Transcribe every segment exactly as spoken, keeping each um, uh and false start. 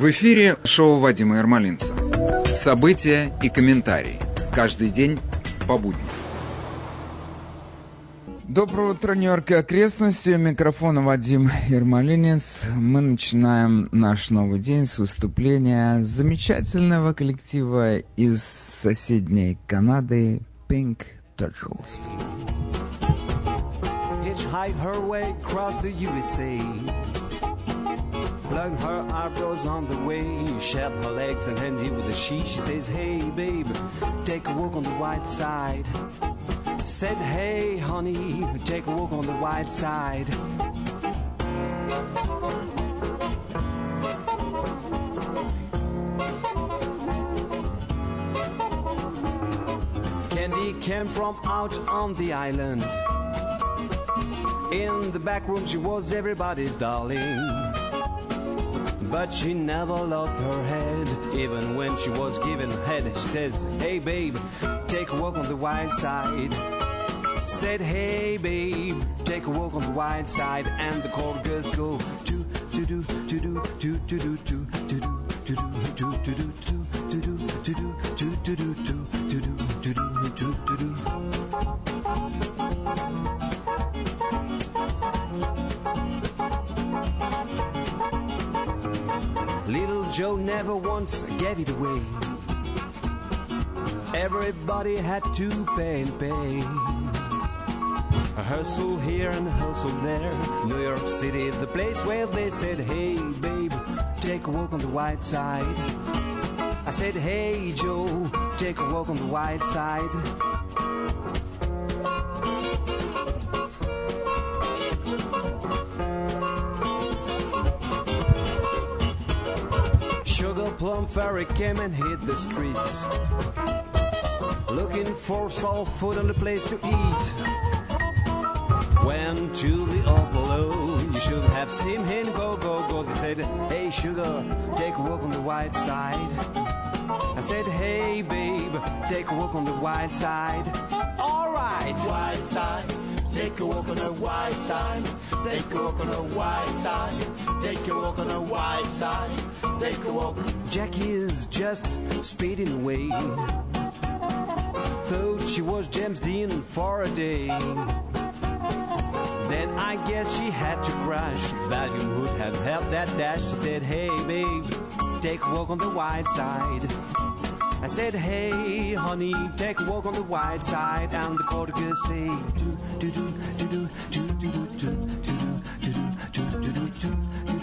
В эфире шоу Вадима Ермолинца. События и комментарии. Каждый день по будням. Доброе утро, Нью-Йорк и окрестности. У микрофона Вадим Ермолинец. Мы начинаем наш новый день с выступления замечательного коллектива из соседней Канады Pink Turtles. Hitchhiked her way across the U S A. Plugged her eyebrows on the way. Shaved her legs and handy with a she. She says, hey babe, take a walk on the white side. Said, hey honey, take a walk on the white side. Candy came from out on the island. In the back room she was everybody's darling. But she never lost her head. Even when she was given head, she says, hey babe, take a walk on the white side. Said, hey babe, take a walk on the white side. And the cold girls go to to do to do to to do to to do to do to to do to to do to do to to do to to do to do to to do. Little Joe never once gave it away. Everybody had to pay and pay. A hustle here and a hustle there. New York City, the place where they said, hey babe, take a walk on the white side. I said, hey Joe, take a walk on the white side. Sugar Plum Fairy came and hit the streets, looking for soul food and a place to eat. Went to the Apollo, you should have seen him go, go, go. They said, hey sugar, take a walk on the white side. I said, hey babe, take a walk on the white side. Alright! White side, take a walk on the white side. Take a walk on the white side. Take a walk on the white side. Take a walk. Jackie is just speeding away. Thought she was James Dean for a day. Then I guess she had to crash. Valium would have helped that dash. She said, hey babe, take a walk on the white side. I said, hey honey, take a walk on the white side. And the Portuguese say, do do do do do do do do do do do do do do.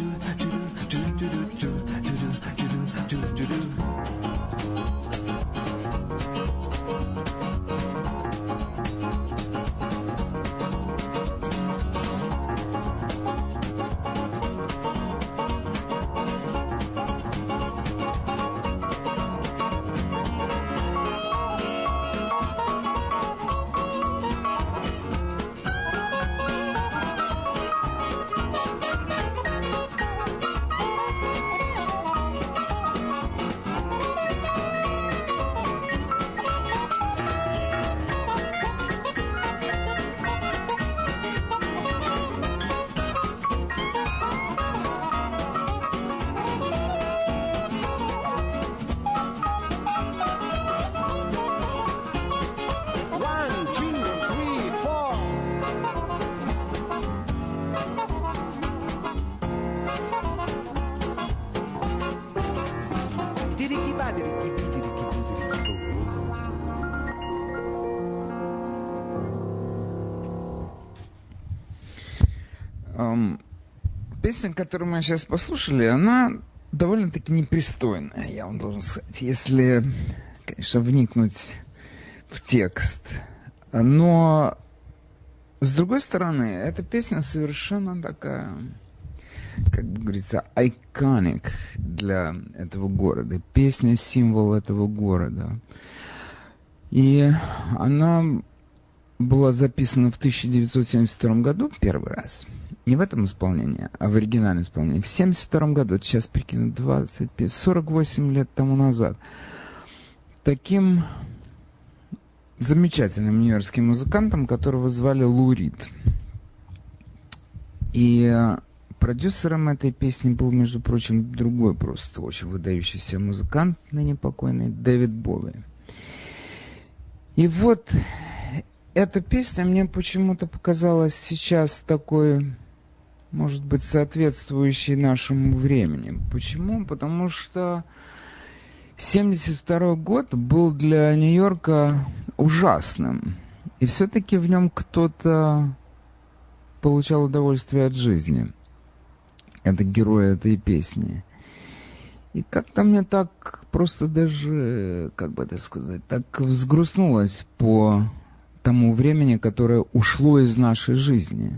Песня, которую мы сейчас послушали, она довольно-таки непристойная, я вам должен сказать, если, конечно, вникнуть в текст. Но, с другой стороны, эта песня совершенно такая, как бы говорится, iconic для этого города. Песня — символ этого города. И она была записана в тысяча девятьсот семьдесят втором году первый раз. Не в этом исполнении, а в оригинальном исполнении. В семьдесят втором году, это сейчас прикину, двадцать пять, сорок восемь лет тому назад. Таким замечательным нью-йоркским музыкантом, которого звали Лу Рид. И продюсером этой песни был, между прочим, другой просто очень выдающийся музыкант, ныне покойный, Дэвид Боуи. И вот эта песня мне почему-то показалась сейчас такой, может быть, соответствующей нашему времени. Почему? Потому что семьдесят второй год был для Нью-Йорка ужасным. И все-таки в нем кто-то получал удовольствие от жизни. Это герой этой песни. И как-то мне так просто даже, как бы это сказать, так взгрустнулось по тому времени, которое ушло из нашей жизни.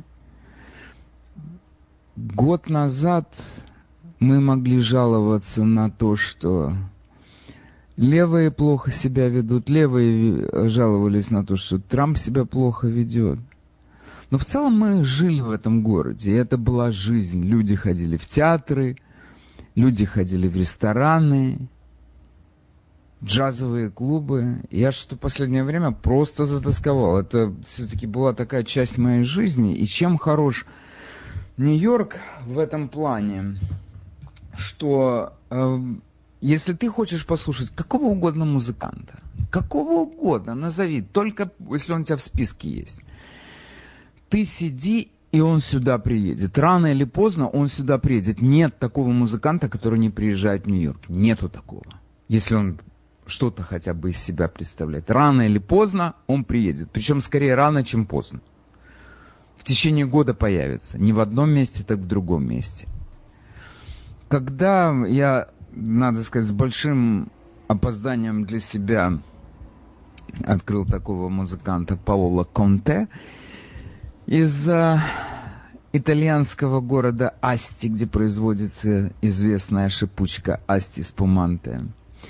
Год назад мы могли жаловаться на то, что левые плохо себя ведут, левые жаловались на то, что Трамп себя плохо ведет. Но в целом мы жили в этом городе, и это была жизнь. Люди ходили в театры, люди ходили в рестораны, джазовые клубы. Я что-то в последнее время просто затасковал. Это все-таки была такая часть моей жизни. И чем хорош Нью-Йорк в этом плане, что э, если ты хочешь послушать какого угодно музыканта, какого угодно, назови, только если он у тебя в списке есть, ты сиди, и он сюда приедет. Рано или поздно он сюда приедет. Нет такого музыканта, который не приезжает в Нью-Йорк. Нету такого. Если он что-то хотя бы из себя представляет. Рано или поздно он приедет. Причем скорее рано, чем поздно. В течение года появится. Не в одном месте, так в другом месте. Когда я, надо сказать, с большим опозданием для себя открыл такого музыканта Паоло Конте, из э, итальянского города Асти, где производится известная шипучка Асти Спуманте,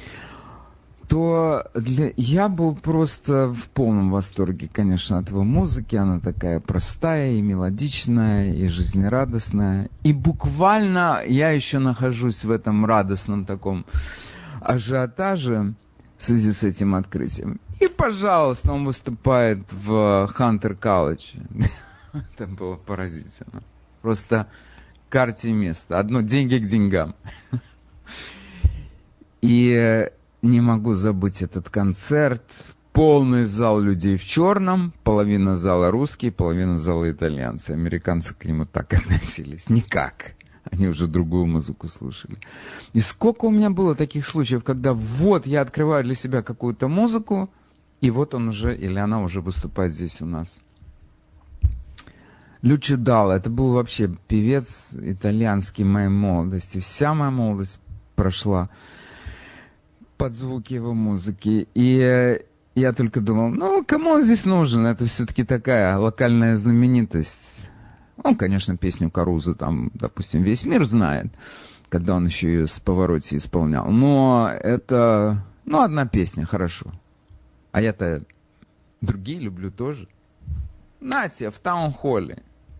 то для... я был просто в полном восторге, конечно, от его музыки. Она такая простая и мелодичная, и жизнерадостная. И буквально я еще нахожусь в этом радостном таком ажиотаже в связи с этим открытием. И, пожалуйста, он выступает в Хантер колледже. Это было поразительно. Просто карте место. Одно деньги к деньгам. И не могу забыть этот концерт. Полный зал людей в черном. Половина зала русские, половина зала итальянцы. Американцы к нему так относились. Никак. Они уже другую музыку слушали. И сколько у меня было таких случаев, когда вот я открываю для себя какую-то музыку, и вот он уже, или она уже выступает здесь у нас. Лючо Далло, это был вообще певец итальянский моей молодости. Вся моя молодость прошла под звуки его музыки. И я только думал, ну, кому он здесь нужен? Это все-таки такая локальная знаменитость. Он, конечно, песню Карузо там, допустим, весь мир знает, когда он еще ее с Паваротти исполнял. Но это, ну, одна песня, хорошо. А я-то другие люблю тоже. Натя в Таун-холле.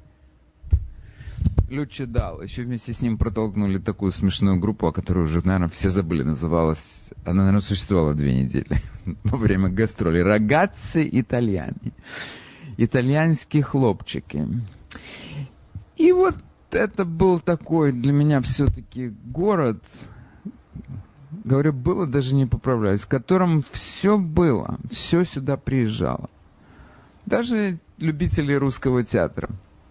Лючо Далло. Еще вместе с ним протолкнули такую смешную группу, о которой уже, наверное, все забыли. Называлась, она, наверное, существовала две недели во время гастролей. Рагацци итальяни. Итальянские хлопчики. И вот это был такой для меня все-таки город, говорю, было, даже не поправляюсь, в котором все было, все сюда приезжало. Даже любители русского театра,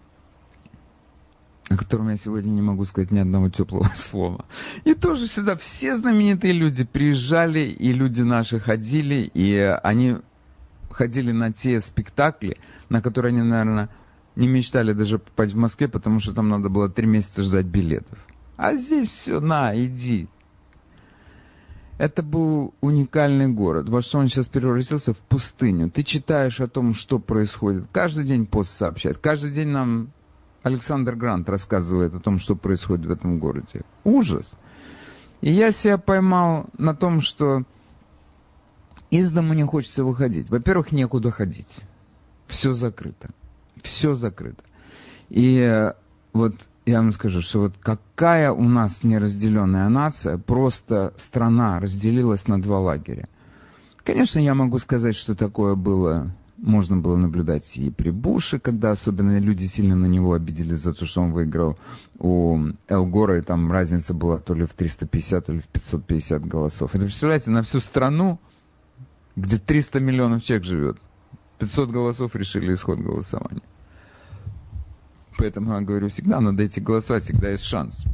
о котором я сегодня не могу сказать ни одного теплого слова. И тоже сюда все знаменитые люди приезжали, и люди наши ходили, и они ходили на те спектакли, на которые они, наверное, не мечтали даже попасть в Москве, потому что там надо было три месяца ждать билетов. А здесь все, на, иди. Это был уникальный город. Во что он сейчас превратился в пустыню. Ты читаешь о том, что происходит. Каждый день пост сообщает. Каждый день нам Александр Грант рассказывает о том, что происходит в этом городе. Ужас. И я себя поймал на том, что из дому не хочется выходить. Во-первых, некуда ходить. Все закрыто. Все закрыто. И вот я вам скажу, что вот какая у нас неразделенная нация, просто страна разделилась на два лагеря. Конечно, я могу сказать, что такое было можно было наблюдать и при Буше, когда особенно люди сильно на него обиделись за то, что он выиграл у Эл Гора, и там разница была то ли в триста пятьдесят, то ли в пятьсот пятьдесят голосов. Это, представляете, на всю страну, где триста миллионов человек живет, пятьсот голосов решили исход голосования. Поэтому я говорю, всегда надо идти голосовать, всегда есть шанс.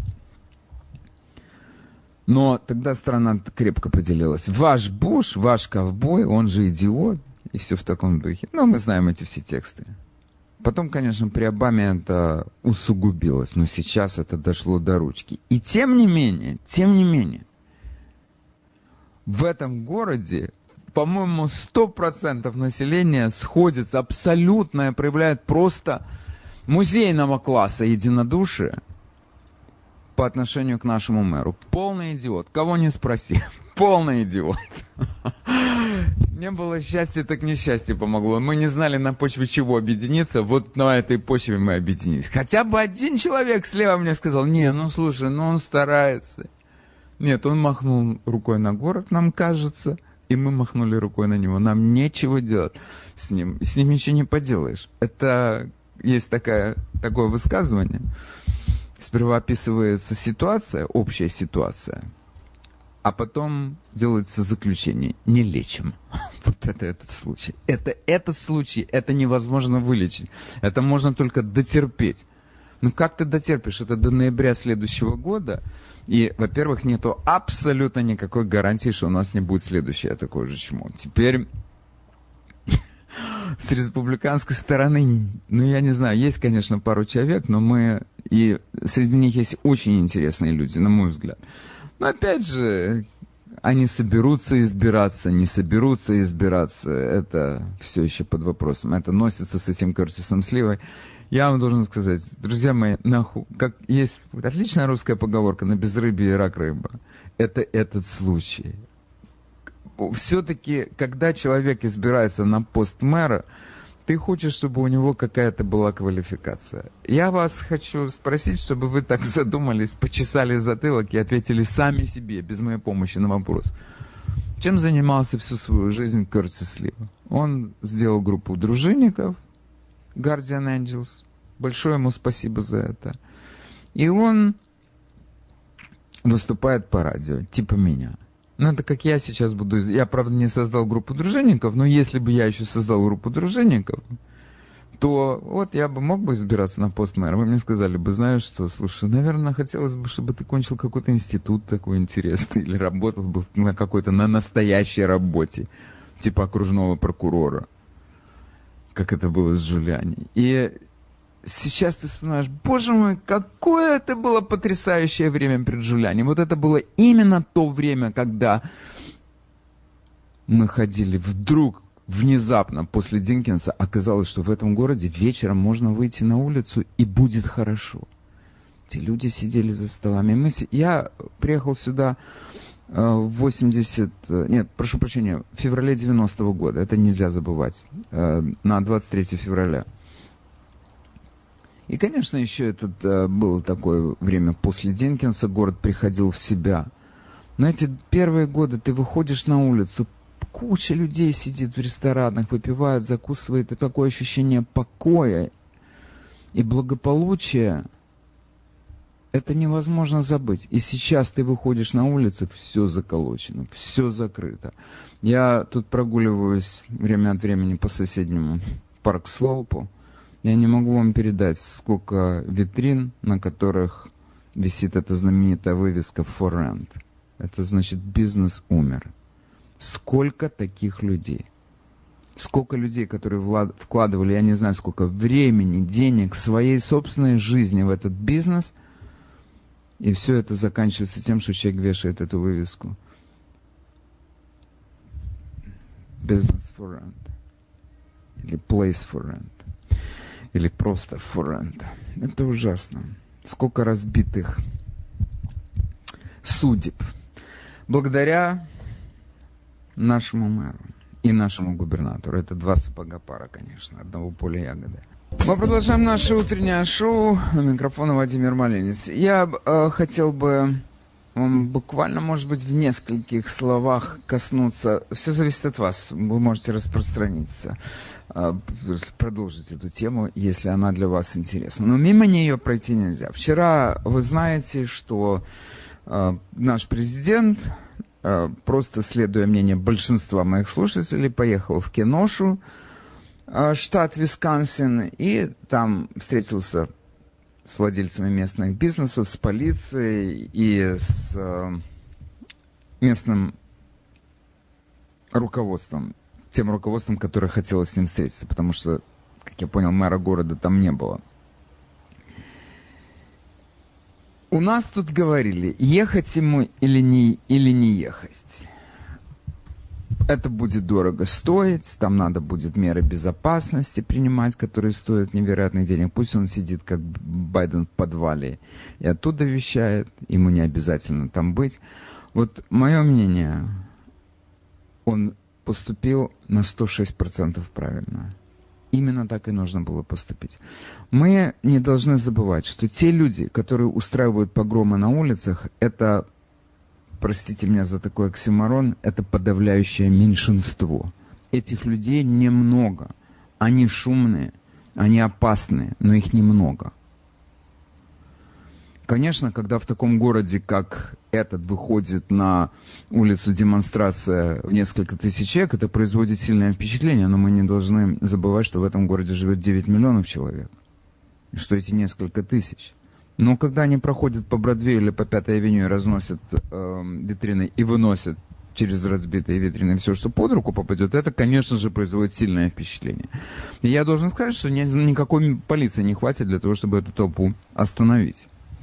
Но тогда страна крепко поделилась. Ваш Буш, ваш ковбой, он же идиот. И все в таком духе. Ну, мы знаем эти все тексты. Потом, конечно, при Обаме это усугубилось. Но сейчас это дошло до ручки. И тем не менее, тем не менее, в этом городе, по-моему, сто процентов населения сходится абсолютно и проявляет просто музейного класса единодушие по отношению к нашему мэру. Полный идиот. Кого не спроси. Полный идиот. Не было счастья, так несчастье помогло. Мы не знали, на почве чего объединиться. Вот на этой почве мы объединились. Хотя бы один человек слева мне сказал: не, ну слушай, ну он старается. Нет, он махнул рукой на город, нам кажется, и мы махнули рукой на него. Нам нечего делать с ним. С ним ничего не поделаешь. Это есть такая, такое высказывание. Сперва описывается ситуация, общая ситуация, а потом делается заключение. Не лечим. Вот это этот случай. Это этот случай, это невозможно вылечить. Это можно только дотерпеть. Ну как ты дотерпишь? Это до ноября следующего года. И, во-первых, нету абсолютно никакой гарантии, что у нас не будет следующее такое же чмо. Теперь с республиканской стороны, ну я не знаю, есть, конечно, пару человек, но мы, и среди них есть очень интересные люди, на мой взгляд. Но опять же, они соберутся избираться, не соберутся избираться, это все еще под вопросом. Это носится с этим Кертисом Сливой. Я вам должен сказать, друзья мои, нахуй, как есть отличная русская поговорка: на безрыбье и рак рыба. Это этот случай. Все-таки, когда человек избирается на пост мэра, ты хочешь, чтобы у него какая-то была квалификация. Я вас хочу спросить, чтобы вы так задумались, почесали затылок и ответили сами себе, без моей помощи, на вопрос. Чем занимался всю свою жизнь Кертис Слива? Он сделал группу дружинников, Guardian Angels. Большое ему спасибо за это. И он выступает по радио, типа меня. Ну, это как я сейчас буду... Я, правда, не создал группу дружинников, но если бы я еще создал группу дружинников, то вот я бы мог бы избираться на пост мэра. Вы мне сказали бы, знаешь что, слушай, наверное, хотелось бы, чтобы ты кончил какой-то институт такой интересный, или работал бы на какой-то, на настоящей работе, типа окружного прокурора, как это было с Джулиани. И сейчас ты вспоминаешь, боже мой, какое это было потрясающее время при Джулиани. Вот это было именно то время, когда мы ходили вдруг, внезапно, после Динкинса, оказалось, что в этом городе вечером можно выйти на улицу и будет хорошо. Те люди сидели за столами. Мы, я приехал сюда в восемьдесят... Нет, прошу прощения, в феврале девяностого года. Это нельзя забывать. На двадцать третьего февраля. И, конечно, еще это было такое время после Динкинса, город приходил в себя. Но эти первые годы ты выходишь на улицу, куча людей сидит в ресторанах, выпивает, закусывает, и такое ощущение покоя и благополучия, это невозможно забыть. И сейчас ты выходишь на улицу, все заколочено, все закрыто. Я тут прогуливаюсь время от времени по соседнему Парк-Слоупу. Я не могу вам передать, сколько витрин, на которых висит эта знаменитая вывеска «For Rent». Это значит, бизнес умер. Сколько таких людей? Сколько людей, которые влад... вкладывали, я не знаю сколько, времени, денег, своей собственной жизни в этот бизнес, и все это заканчивается тем, что человек вешает эту вывеску. Business for rent. Или place for rent. Или просто for rent. Это ужасно. Сколько разбитых судеб. Благодаря нашему мэру и нашему губернатору. Это два сапога пара, конечно, одного поля ягоды. Мы продолжаем наше утреннее шоу. У микрофона Владимир Малинец. Я э, хотел бы Буквально, может быть, в нескольких словах коснуться. Все зависит от вас. Вы можете распространиться, продолжить эту тему, если она для вас интересна. Но мимо нее пройти нельзя. Вчера вы знаете, что наш президент, просто следуя мнению большинства моих слушателей, поехал в Кеношу, штат Висконсин, и там встретился с владельцами местных бизнесов, с полицией и с э, местным руководством, тем руководством, которое хотело с ним встретиться, потому что, как я понял, мэра города там не было. У нас тут говорили, ехать ему или не, или не ехать. Это будет дорого стоить, там надо будет меры безопасности принимать, которые стоят невероятных денег. Пусть он сидит, как Байден, в подвале и оттуда вещает, ему не обязательно там быть. Вот мое мнение, он поступил на сто шесть процентов правильно. Именно так и нужно было поступить. Мы не должны забывать, что те люди, которые устраивают погромы на улицах, это... Простите меня за такой оксюморон, это подавляющее меньшинство. Этих людей немного. Они шумные, они опасные, но их немного. Конечно, когда в таком городе, как этот, выходит на улицу демонстрация в несколько тысяч человек, это производит сильное впечатление, но мы не должны забывать, что в этом городе живет девять миллионов человек, и что эти несколько тысяч. Но когда они проходят по Бродвею или по Пятой авеню и разносят э, витрины и выносят через разбитые витрины все, что под руку попадет, это, конечно же, производит сильное впечатление. И я должен сказать, что ни, никакой полиции не хватит для того, чтобы эту толпу остановить.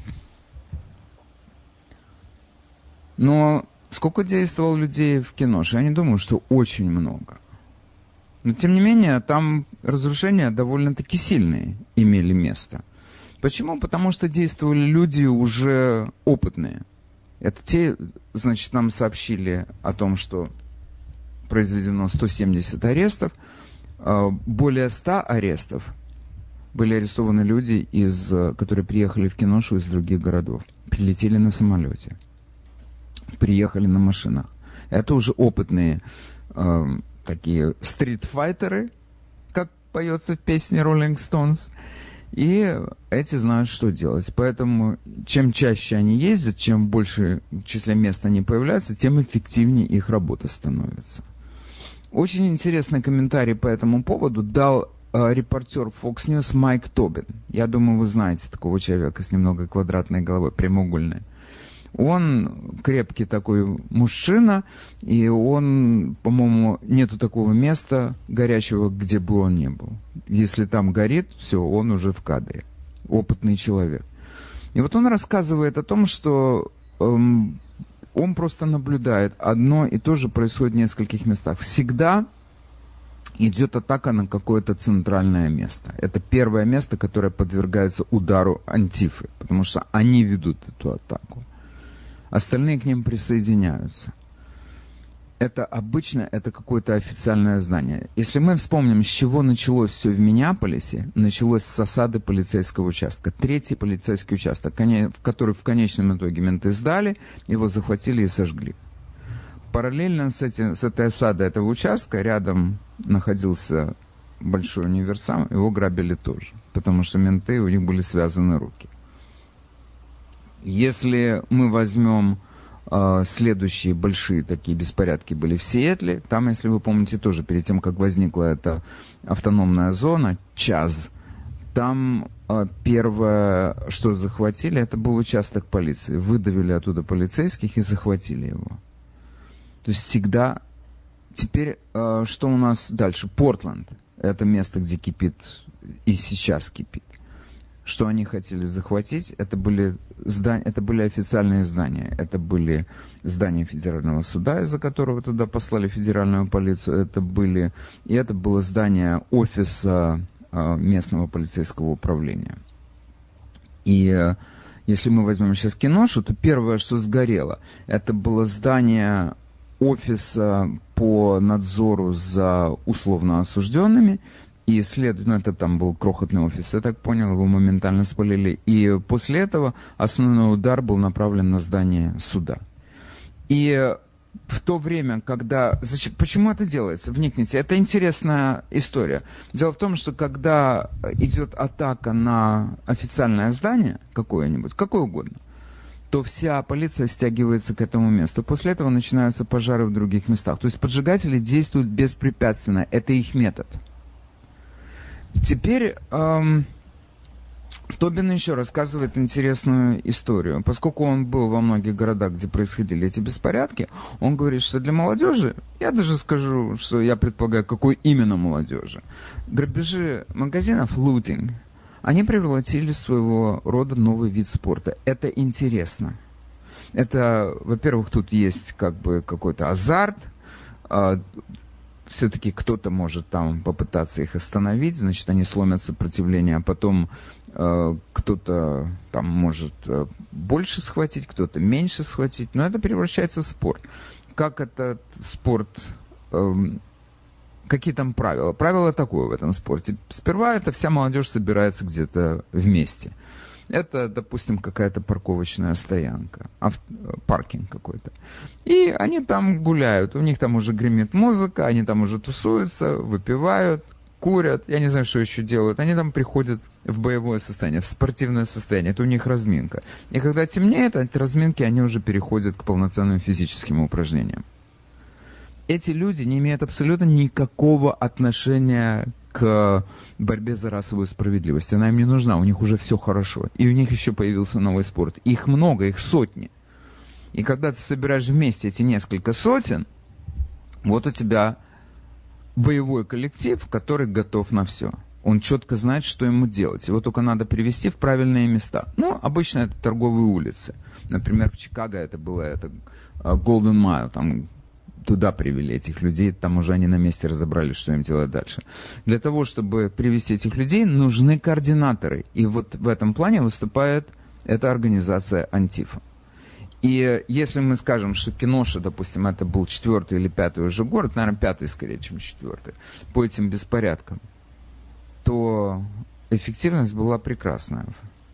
Но сколько действовало людей в Кеноше? Я не думаю, что очень много. Но, тем не менее, там разрушения довольно-таки сильные имели место. Почему? Потому что действовали люди уже опытные. Это те, значит, нам сообщили о том, что произведено сто семьдесят арестов. Более ста арестов были арестованы люди, из, которые приехали в Кеношу из других городов. Прилетели на самолете. Приехали на машинах. Это уже опытные э, такие стритфайтеры, как поется в песне Rolling Stones. И эти знают, что делать. Поэтому чем чаще они ездят, чем больше в числе мест они появляются, тем эффективнее их работа становится. Очень интересный комментарий по этому поводу дал э, репортер Fox News Майк Тобин. Я думаю, вы знаете такого человека с немного квадратной головой, прямоугольной. Он крепкий такой мужчина, и он, по-моему, нету такого места горячего, где бы он ни был. Если там горит, все, он уже в кадре. Опытный человек. И вот он рассказывает о том, что эм, он просто наблюдает. Одно и то же происходит в нескольких местах. Всегда идет атака на какое-то центральное место. Это первое место, которое подвергается удару антифы, потому что они ведут эту атаку. Остальные к ним присоединяются. Это обычно это какое-то официальное здание. Если мы вспомним, с чего началось все в Миннеаполисе, началось с осады полицейского участка. Третий полицейский участок, который в конечном итоге менты сдали, его захватили и сожгли. Параллельно с, этим, с этой осадой этого участка рядом находился большой универсам, его грабили тоже, потому что менты, у них были связаны руки. Если мы возьмем э, следующие большие такие беспорядки были в Сиэтле, там, если вы помните, тоже перед тем, как возникла эта автономная зона, ЧАЗ, там э, первое, что захватили, это был участок полиции. Выдавили оттуда полицейских и захватили его. То есть всегда... Теперь, э, что у нас дальше? Портленд. Это место, где кипит и сейчас кипит. Что они хотели захватить, это были, здания, это были официальные здания. Это были здания федерального суда, из-за которого туда послали федеральную полицию. Это были, и это было здание офиса э, местного полицейского управления. И э, если мы возьмем сейчас Кеношу, то первое, что сгорело, это было здание офиса по надзору за условно осужденными. И следует, ну это там был крохотный офис, я так понял, его моментально спалили. И после этого основной удар был направлен на здание суда. И в то время, когда... Зачем, почему это делается? Вникните. Это интересная история. Дело в том, что когда идет атака на официальное здание какое-нибудь, какое угодно, то вся полиция стягивается к этому месту. После этого начинаются пожары в других местах. То есть поджигатели действуют беспрепятственно. Это их метод. Теперь эм, Тобин еще рассказывает интересную историю. Поскольку он был во многих городах, где происходили эти беспорядки, он говорит, что для молодежи, я даже скажу, что я предполагаю, какой именно молодежи, грабежи магазинов, лутинг, они превратили в своего рода новый вид спорта. Это интересно. Это, во-первых, тут есть как бы какой-то азарт, э, все-таки кто-то может там попытаться их остановить, значит, они сломят сопротивление, а потом э, кто-то там может э, больше схватить, кто-то меньше схватить, но это превращается в спорт. Как этот спорт, э, какие там правила? Правило такое в этом спорте. Сперва это вся молодежь собирается где-то вместе. Это, допустим, какая-то парковочная стоянка, авто, паркинг какой-то. И они там гуляют, у них там уже гремит музыка, они там уже тусуются, выпивают, курят, я не знаю, что еще делают. Они там приходят в боевое состояние, в спортивное состояние, это у них разминка. И когда темнеет, от разминки они уже переходят к полноценным физическим упражнениям. Эти люди не имеют абсолютно никакого отношения к борьбе за расовую справедливость. Она им не нужна, у них уже все хорошо. И у них еще появился новый спорт. Их много, их сотни. И когда ты собираешь вместе эти несколько сотен, вот у тебя боевой коллектив, который готов на все. Он четко знает, что ему делать. Его только надо привести в правильные места. Ну, обычно это торговые улицы. Например, в Чикаго это было это Golden Mile, там туда привели этих людей, там уже они на месте разобрались, что им делать дальше. Для того, чтобы привести этих людей, нужны координаторы. И вот в этом плане выступает эта организация Антифа. И если мы скажем, что Кеноша, допустим, это был четвертый или пятый уже город, наверное, пятый скорее, чем четвертый, по этим беспорядкам, то эффективность была прекрасная.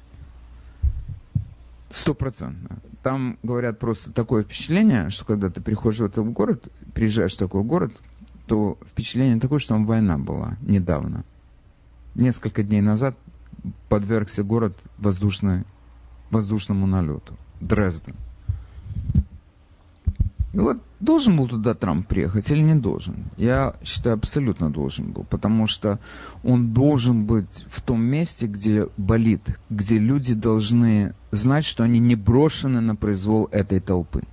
Стопроцентно. Там, говорят, просто такое впечатление, что когда ты приходишь в этот город, приезжаешь в такой город, то впечатление такое, что там война была недавно. Несколько дней назад подвергся город воздушной, воздушному налету. Дрезден. И вот должен был туда Трамп приехать или не должен? Я считаю, абсолютно должен был, потому что он должен быть в том месте, где болит, где люди должны знать, что они не брошены на произвол этой толпы.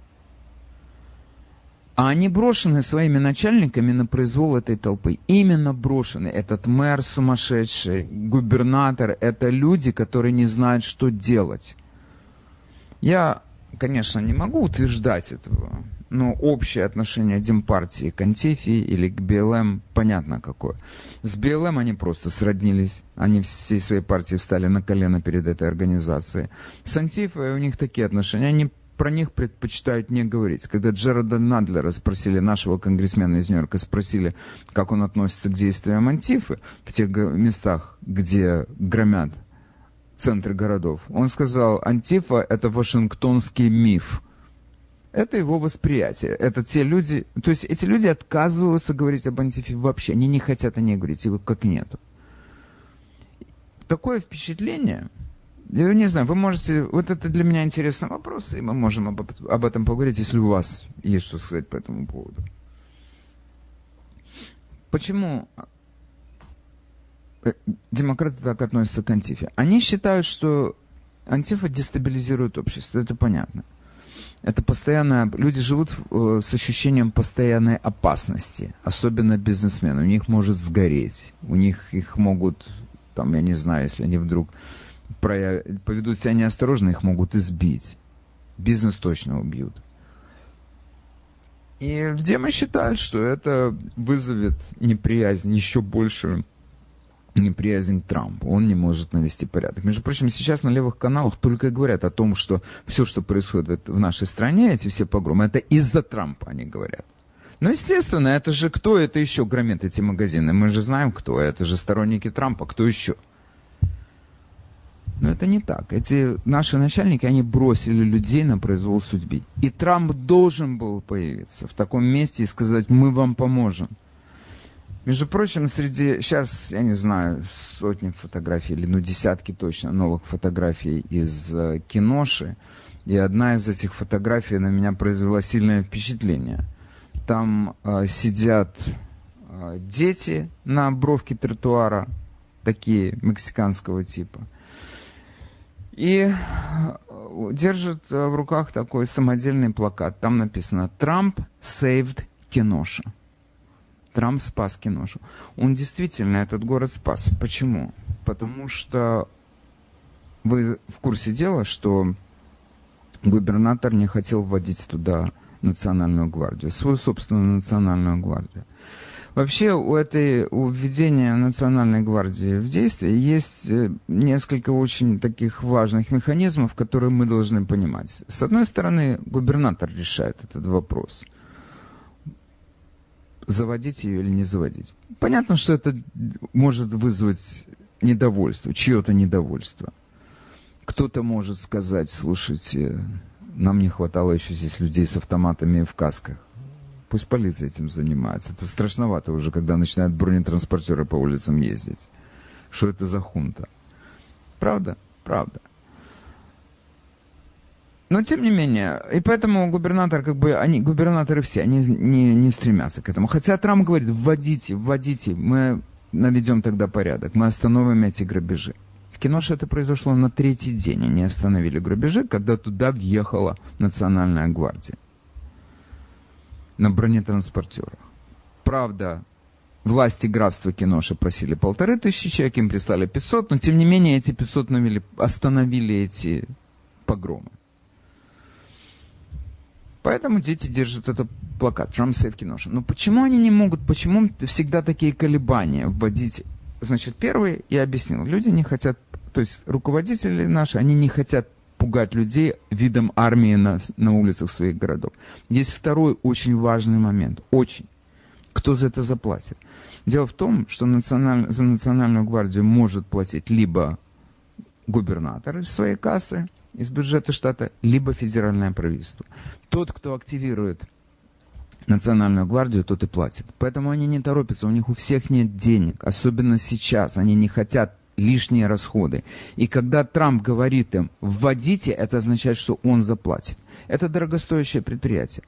А они брошены своими начальниками на произвол этой толпы. Именно брошены. Этот мэр сумасшедший, губернатор, это люди, которые не знают, что делать. Я, конечно, не могу утверждать этого, но общее отношение Демпартии к Антифе или к би эл эм понятно какое. С би эл эм они просто сроднились, они всей своей партией встали на колено перед этой организацией. С Антифой у них такие отношения, они про них предпочитают не говорить. Когда Джеральда Надлера спросили, нашего конгрессмена из Нью-Йорка, спросили, как он относится к действиям Антифы в тех местах, где громят центры городов. Он сказал, Антифа – это вашингтонский миф. Это его восприятие. Это те люди... То есть эти люди отказываются говорить об Антифе вообще. Они не хотят о ней говорить, его как нету. Такое впечатление... Я не знаю, вы можете... Вот это для меня интересный вопрос, и мы можем об, об этом поговорить, если у вас есть что сказать по этому поводу. Почему... демократы так относятся к Антифе? Они считают, что Антифа дестабилизирует общество, это понятно. Это постоянно... Люди живут э, с ощущением постоянной опасности, особенно бизнесмены. У них может сгореть, у них их могут, там, я не знаю, если они вдруг про... поведут себя неосторожно, их могут избить. Бизнес точно убьют. И демы считают, что это вызовет неприязнь, еще большую неприязнь к Трампу. Он не может навести порядок. Между прочим, сейчас на левых каналах только и говорят о том, что все, что происходит в нашей стране, эти все погромы, это из-за Трампа, они говорят. Ну, естественно, это же кто это еще громит эти магазины? Мы же знаем, кто. Это же сторонники Трампа. Кто еще? Но это не так. Эти наши начальники, они бросили людей на произвол судьбы. И Трамп должен был появиться в таком месте и сказать: мы вам поможем. Между прочим, среди, сейчас, я не знаю, сотни фотографий, или ну десятки точно новых фотографий из э, Киноши. И одна из этих фотографий на меня произвела сильное впечатление. Там э, сидят э, дети на бровке тротуара, такие мексиканского типа. И э, держат э, в руках такой самодельный плакат. Там написано «Trump saved Киноша». Трамп спас Киношу. Он действительно этот город спас. Почему? Потому что вы в курсе дела, что губернатор не хотел вводить туда национальную гвардию, свою собственную национальную гвардию. Вообще у этой, у введения национальной гвардии в действие есть несколько очень таких важных механизмов, которые мы должны понимать. С одной стороны, губернатор решает этот вопрос. Заводить ее или не заводить. Понятно, что это может вызвать недовольство, чье-то недовольство. Кто-то может сказать: слушайте, нам не хватало еще здесь людей с автоматами и в касках. Пусть полиция этим занимается. Это страшновато уже, когда начинают бронетранспортеры по улицам ездить. Что это за хунта? Правда? Правда. Но тем не менее, и поэтому губернатор, как бы, они, губернаторы все, они не, не стремятся к этому. Хотя Трамп говорит: вводите, вводите, мы наведем тогда порядок, мы остановим эти грабежи. В Киноше это произошло на третий день, они остановили грабежи, когда туда въехала национальная гвардия на бронетранспортерах. Правда, власти графства Киноше просили полторы тысячи человек, им прислали пятьсот, но тем не менее эти пятьсот навели, остановили эти погромы. Поэтому дети держат этот плакат «Trump save Киноша». Но почему они не могут, почему всегда такие колебания вводить? Значит, первый, я объяснил, люди не хотят, то есть руководители наши, они не хотят пугать людей видом армии на, на улицах своих городов. Есть второй очень важный момент, очень. Кто за это заплатит? Дело в том, что националь, за национальную гвардию может платить либо губернатор из своей кассы, из бюджета штата, либо федеральное правительство. Тот, кто активирует национальную гвардию, тот и платит. Поэтому они не торопятся, у них у всех нет денег, особенно сейчас, они не хотят лишние расходы. И когда Трамп говорит им «вводите», это означает, что он заплатит. Это дорогостоящее предприятие.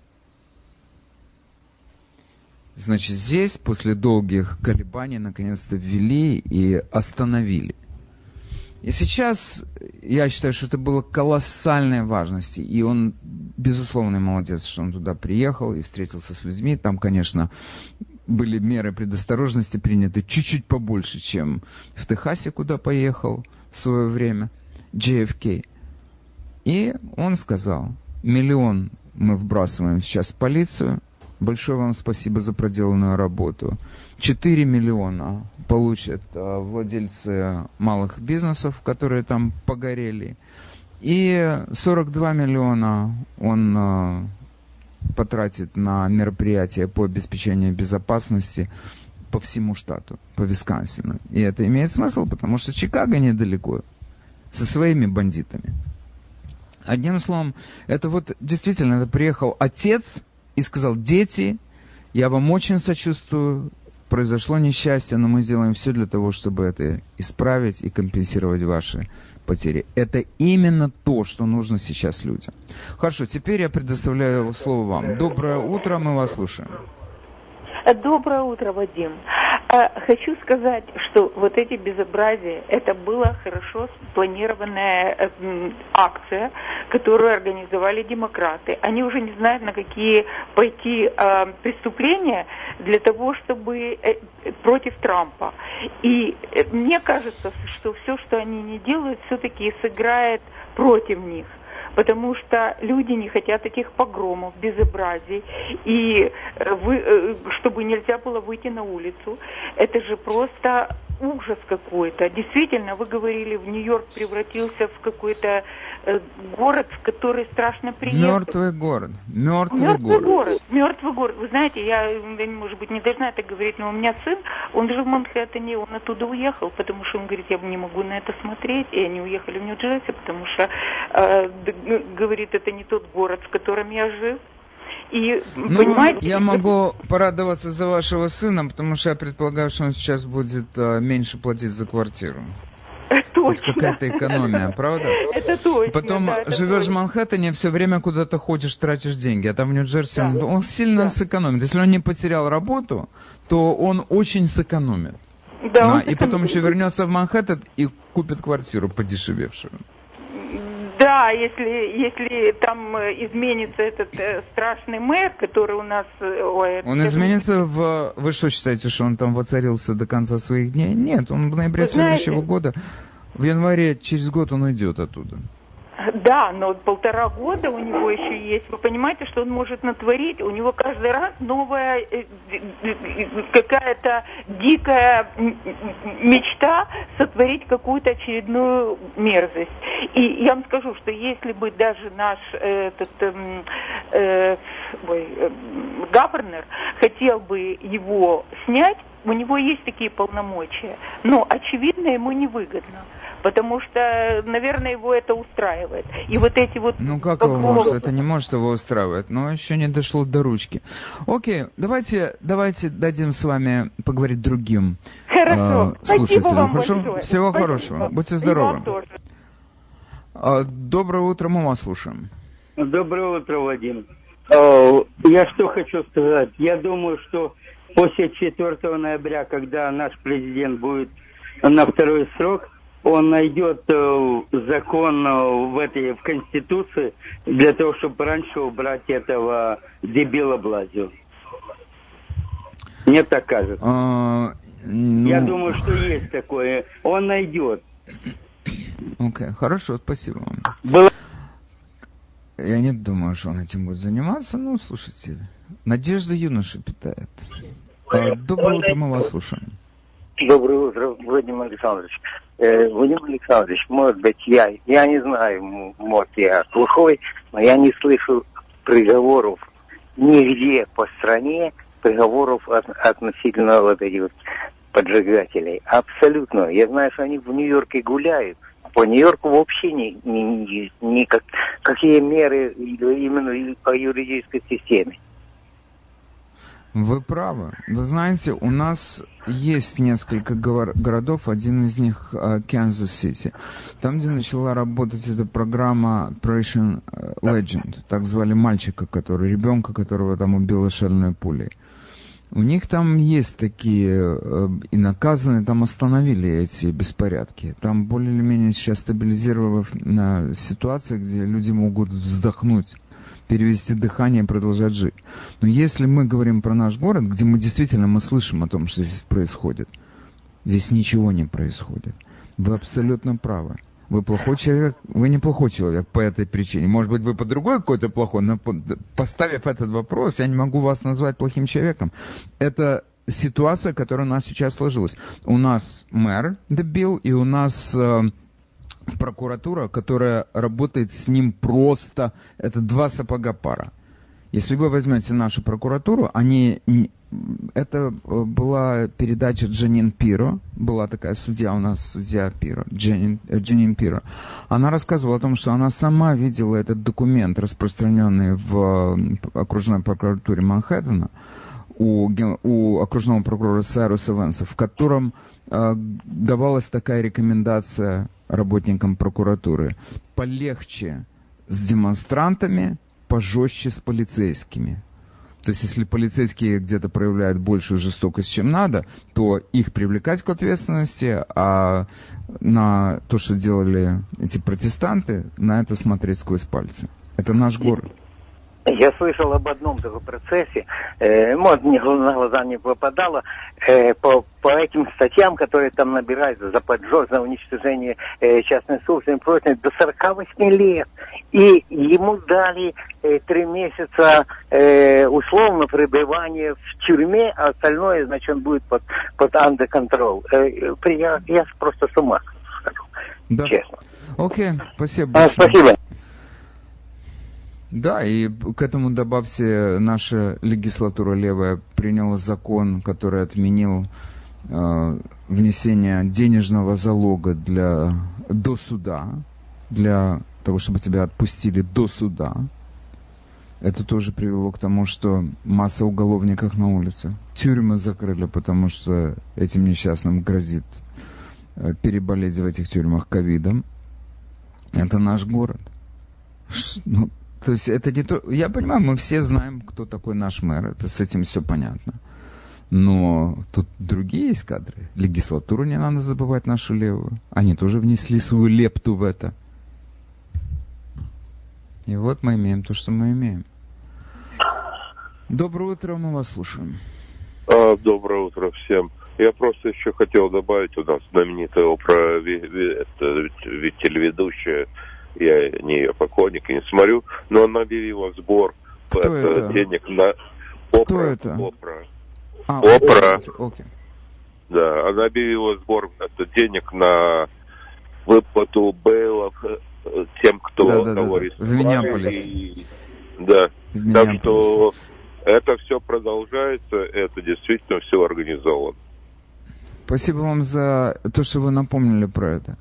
Значит, здесь после долгих колебаний наконец-то ввели и остановили. И сейчас я считаю, что это было колоссальной важности. И он, безусловно, молодец, что он туда приехал и встретился с людьми. Там, конечно, были меры предосторожности приняты чуть-чуть побольше, чем в Техасе, куда поехал в свое время Джей Эф Кей. И он сказал: миллион мы вбрасываем сейчас в полицию. Большое вам спасибо за проделанную работу. четыре миллиона получат а, владельцы малых бизнесов, которые там погорели. И сорок два миллиона он а, потратит на мероприятия по обеспечению безопасности по всему штату, по Висконсину. И это имеет смысл, потому что Чикаго недалеко, со своими бандитами. Одним словом, это вот действительно, это приехал отец и сказал: дети, я вам очень сочувствую, произошло несчастье, но мы сделаем все для того, чтобы это исправить и компенсировать ваши потери. Это именно то, что нужно сейчас людям. Хорошо, теперь я предоставляю слово вам. Доброе утро, мы вас слушаем. Доброе утро, Вадим. Хочу сказать, что вот эти безобразия, это была хорошо спланированная акция, которую организовали демократы. Они уже не знают, на какие пойти преступления для того, чтобы против Трампа. И мне кажется, что все, что они не делают, все-таки сыграет против них. Потому что люди не хотят этих погромов, безобразий, и вы, чтобы нельзя было выйти на улицу. Это же просто ужас какой-то. Действительно, вы говорили, в Нью-Йорк превратился в какой-то город, в который страшно приехать. Мертвый город. Мертвый, Мертвый город. город. Мертвый город. Вы знаете, я, может быть, не должна это говорить, но у меня сын, он жил в Манхэттене, он оттуда уехал, потому что он говорит, я не могу на это смотреть, и они уехали в Нью-Джерси, потому что, э, говорит, это не тот город, в котором я жил. И, ну, понимаете, я могу порадоваться за вашего сына, потому что я предполагаю, что он сейчас будет а, меньше платить за квартиру. Точно. Есть какая-то экономия, правда? Это точно. Потом да, это живешь точно. в Манхэттене, все время куда-то ходишь, тратишь деньги, а там в Нью-Джерси Да. он, он сильно Да. сэкономит. Если он не потерял работу, то он очень сэкономит. Да, он А, и потом сэкономит. еще вернется в Манхэттен и купит квартиру подешевевшую. Да, если, если там э, изменится этот э, страшный мэр, который у нас... э, ой, Он это- изменится в... Вы что считаете, что он там воцарился до конца своих дней? Нет, он в ноябре Вы знаете- следующего года, в январе, через год он уйдет оттуда. Да, но полтора года у него еще есть. Вы понимаете, что он может натворить? У него каждый раз новая э, э, какая-то дикая м- м- мечта сотворить какую-то очередную мерзость. И я вам скажу, что если бы даже наш э, этот эм, э, ой, э, Гавернер хотел бы его снять, у него есть такие полномочия, но очевидно ему невыгодно. Потому что, наверное, его это устраивает. И вот эти вот... Ну как его может? Это не может его устраивать, но еще не дошло до ручки. Окей, давайте, давайте дадим с вами поговорить другим Хорошо. э, слушателям. Спасибо вам Хорошо? большое. Всего Спасибо. хорошего. Будьте И здоровы. вам тоже. А, доброе утро, мы вас слушаем. Доброе утро, Вадим. Э, Я что хочу сказать. Я думаю, что после четвёртого ноября, когда наш президент будет на второй срок, он найдет э, закон э, в этой в Конституции для того, чтобы раньше убрать этого дебила Блазио. Мне так кажется. А, ну, Я думаю, что есть такое. Он найдет. Окей, хорошо, спасибо вам. Было... Я не думаю, что он этим будет заниматься. Ну, слушайте, надежда юноши питает. А, доброе утро, мы вас слушаем. Доброе утро, Владимир Александрович. Э, Владимир Александрович, может быть, я, я не знаю, м- может, я глухой, но я не слышу приговоров нигде по стране, приговоров от- относительно вот этих вот поджигателей. Абсолютно. Я знаю, что они в Нью-Йорке гуляют. По Нью-Йорку вообще не, не, не, не как, какие меры именно по юридической системе. Вы правы. Вы знаете, у нас есть несколько гор- городов, один из них э, Канзас-Сити. Там, где начала работать эта программа Operation Legend, так звали мальчика, который, ребенка, которого там убило шальной пулей. У них там есть такие, э, и наказаны, там остановили эти беспорядки. Там более или менее сейчас стабилизирована ситуация, где люди могут вздохнуть, перевести дыхание и продолжать жить. Но если мы говорим про наш город, где мы действительно мы слышим о том, что здесь происходит, здесь ничего не происходит. Вы абсолютно правы. Вы плохой человек, вы неплохой человек по этой причине. Может быть, вы по другой какой-то плохой, но поставив этот вопрос, я не могу вас назвать плохим человеком. Это ситуация, которая у нас сейчас сложилась. У нас мэр дебил, и у нас э, прокуратура, которая работает с ним просто, это два сапога пара. Если вы возьмете нашу прокуратуру, они, это была передача Джанин Пиро, была такая судья у нас, судья Пиро, Джанин, Джанин Пиро. Она рассказывала о том, что она сама видела этот документ, распространенный в окружной прокуратуре Манхэттена, у, у окружного прокурора Сайруса Венса, в котором э, давалась такая рекомендация работникам прокуратуры: полегче с демонстрантами, пожестче с полицейскими. То есть, если полицейские где-то проявляют большую жестокость, чем надо, то их привлекать к ответственности, а на то, что делали эти протестанты, на это смотреть сквозь пальцы. Это наш город. Я слышал об одном таком процессе, э, может, мне на глаза не попадало, э, по, по этим статьям, которые там набираются за поджог, за уничтожение э, частной собственности, прочее, до сорока восьми лет. И ему дали э, три месяца э, условно пребывания в тюрьме, а остальное, значит, он будет под, под under control. Э, я, я просто с ума схожу, Да. честно. Окей, спасибо А, большое. спасибо. Да, и к этому добавьте, наша легислатура левая приняла закон, который отменил э, внесение денежного залога для, до суда, для того, чтобы тебя отпустили до суда. Это тоже привело к тому, что масса уголовников на улице. Тюрьмы закрыли, потому что этим несчастным грозит э, переболеть в этих тюрьмах ковидом. Это наш город. Ш, ну, то есть это не то... Я понимаю, мы все знаем, кто такой наш мэр. Это с этим все понятно. Но тут другие есть кадры. Легислатуру не надо забывать, нашу левую. Они тоже внесли свою лепту в это. И вот мы имеем то, что мы имеем. Доброе утро, мы вас слушаем. А, доброе утро всем. Я просто еще хотел добавить, у нас знаменитая про телеведущая, я не ее поклонник и не смотрю, но она объявила сбор Кто это? денег на Опра. Кто это? Опра. А, Опра. Окей, окей. Да, она объявила сбор это, денег на выплату бейлов тем, кто Да, да, да, говорит. да. В Миннеаполисе. И, да, В так что это все продолжается, это действительно все организовано. Спасибо вам за то, что вы напомнили про это.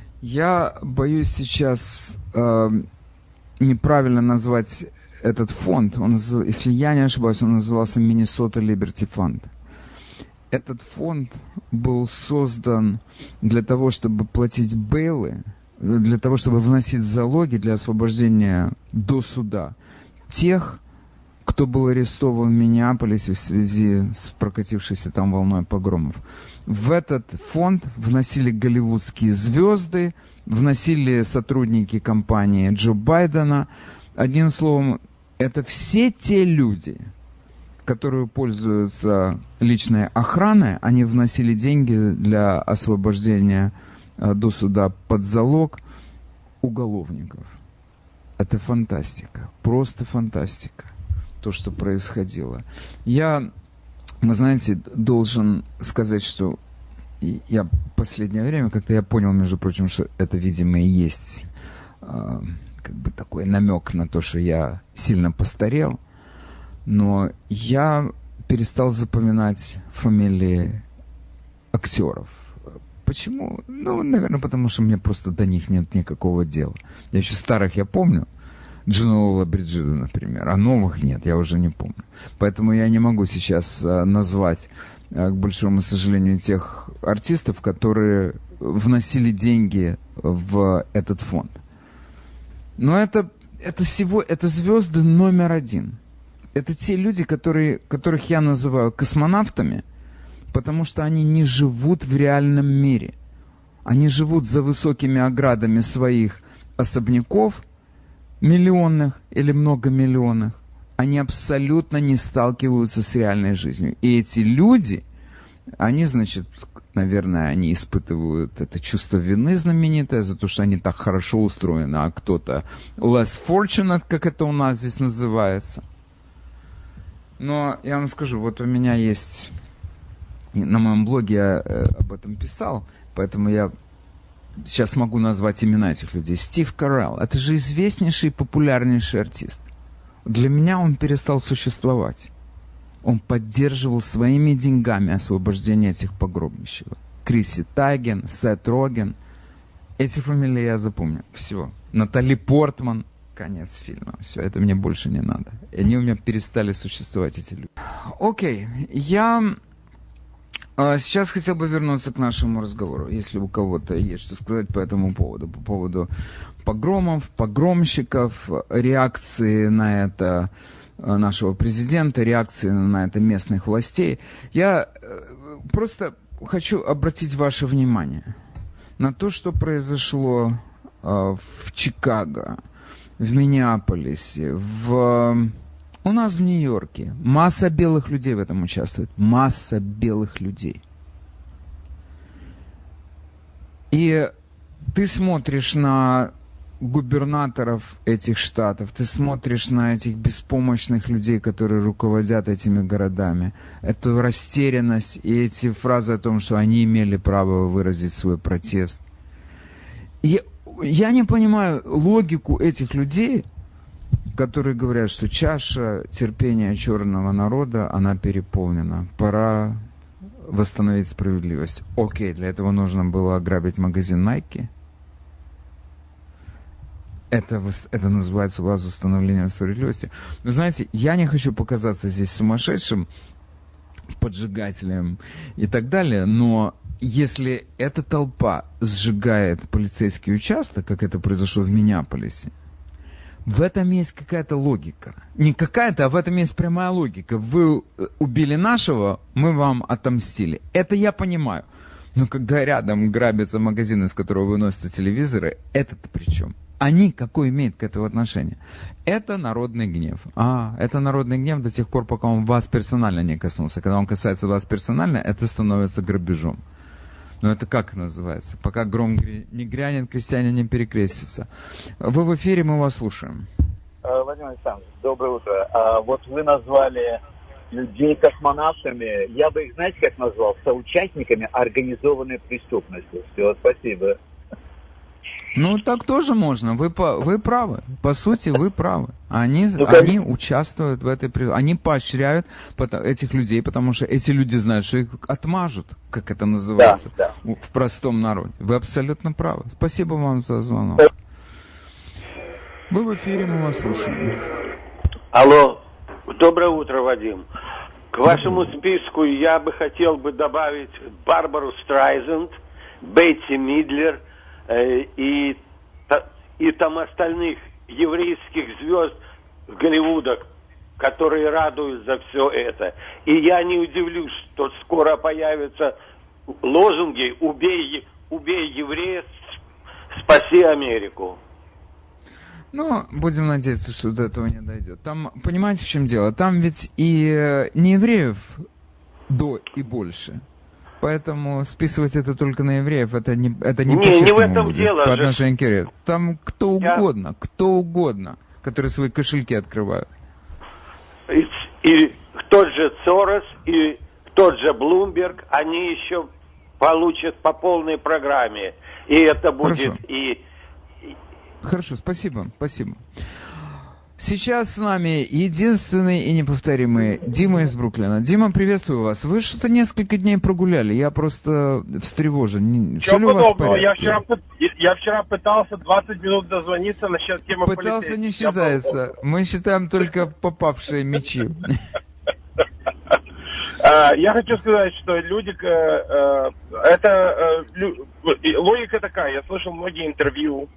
Я боюсь сейчас э, неправильно назвать этот фонд. Он, если я не ошибаюсь, он назывался Minnesota Liberty Fund. Этот фонд был создан для того, чтобы платить бейлы, для того, чтобы вносить залоги для освобождения до суда тех, кто был арестован в Миннеаполисе в связи с прокатившейся там волной погромов. В этот фонд вносили голливудские звезды, вносили сотрудники компании Джо Байдена. Одним словом, это все те люди, которые пользуются личной охраной, они вносили деньги для освобождения э, до суда под залог уголовников. Это фантастика, просто фантастика, то, что происходило. Я, вы знаете, должен сказать, что я в последнее время, как-то я понял, между прочим, что это, видимо, и есть э, как бы такой намек на то, что я сильно постарел. Но я перестал запоминать фамилии актеров. Почему? Ну, наверное, потому что мне просто до них нет никакого дела. Я еще старых я помню. Джинола Бриджида, например. А новых нет, я уже не помню. Поэтому я не могу сейчас а, назвать, а, к большому сожалению, тех артистов, которые вносили деньги в этот фонд. Но это, это, всего, это звезды номер один. Это те люди, которые, которых я называю космонавтами, потому что они не живут в реальном мире. Они живут за высокими оградами своих особняков, миллионных или многомиллионных. Они абсолютно не сталкиваются с реальной жизнью. И эти люди, они, значит, наверное, они испытывают это чувство вины знаменитое за то, что они так хорошо устроены, а кто-то less fortunate, как это у нас здесь называется. Но я вам скажу, вот у меня есть, на моем блоге я э, об этом писал, поэтому я сейчас могу назвать имена этих людей. Стив Карелл, это же известнейший, популярнейший артист. Для меня он перестал существовать. Он поддерживал своими деньгами освобождение этих погробничего. Криси Тайген, Сет Роген. Эти фамилии я запомню. Все. Натали Портман. Конец фильма. Все, это мне больше не надо. Они у меня перестали существовать, эти люди. Окей, я а, сейчас хотел бы вернуться к нашему разговору, если у кого-то есть что сказать по этому поводу. По поводу погромов, погромщиков, реакции на это нашего президента, реакции на это местных властей. Я просто хочу обратить ваше внимание на то, что произошло в Чикаго, в Миннеаполисе, в... у нас в Нью-Йорке. Масса белых людей в этом участвует. Масса белых людей. И ты смотришь на губернаторов этих штатов, ты смотришь на этих беспомощных людей, которые руководят этими городами, эту растерянность и эти фразы о том, что они имели право выразить свой протест. И я не понимаю логику этих людей, которые говорят, что чаша терпения черного народа, она переполнена. Пора восстановить справедливость. Окей, для этого нужно было ограбить магазин Nike. Это, это называется восстановлением справедливости. Вы знаете, я не хочу показаться здесь сумасшедшим, поджигателем и так далее, но если эта толпа сжигает полицейский участок, как это произошло в Миннеаполисе, в этом есть какая-то логика. Не какая-то, а в этом есть прямая логика. Вы убили нашего, мы вам отомстили. Это я понимаю. Но когда рядом грабятся магазин, из которого выносятся телевизоры, это-то при чем? Они какое имеют к этому отношение? Это народный гнев. А, это народный гнев до тех пор, пока он вас персонально не коснулся. Когда он касается вас персонально, это становится грабежом. Но это как называется? Пока гром не грянет, крестьяне не перекрестятся. Вы в эфире, мы вас слушаем. Владимир Александрович, доброе утро. А вот вы назвали людей космонавтами. Я бы их, знаете, как назвал? Соучастниками организованной преступности. Все, спасибо. Ну, так тоже можно. Вы, по, вы правы. По сути, вы правы. Они, ну, они участвуют в этой... Они поощряют этих людей, потому что эти люди знают, что их отмажут, как это называется, да, да. в простом народе. Вы абсолютно правы. Спасибо вам за звонок. Вы в эфире, мы вас слушаем. Алло. Доброе утро, Вадим. К вашему списку я бы хотел бы добавить Барбару Страйзенд, Бетти Мидлер, И, и там остальных еврейских звезд Голливуда, которые радуют за все это. И я не удивлюсь, что скоро появятся лозунги «Убей, убей еврея, спаси Америку». Ну, будем надеяться, что до этого не дойдет. Там, понимаете, в чем дело? Там ведь и не евреев до и больше. Поэтому списывать это только на евреев, это не, это не, не по-честному не в этом будет дело по же. отношению к евреям. Там кто Я... угодно, кто угодно, которые свои кошельки открывают. И, и тот же Сорос, и тот же Блумберг, они еще получат по полной программе. И это будет Хорошо. и... Хорошо, спасибо, спасибо. Сейчас с нами единственный и неповторимый Дима из Бруклина. Дима, приветствую вас. Вы что-то несколько дней прогуляли. Я просто встревожен. Все ли у вас в порядке? Я вчера, я вчера пытался двадцать минут дозвониться насчет темы Пытался не считается. Мы считаем только попавшие мячи. Я хочу сказать, что люди... Это... Логика такая. Я слышал многие интервью.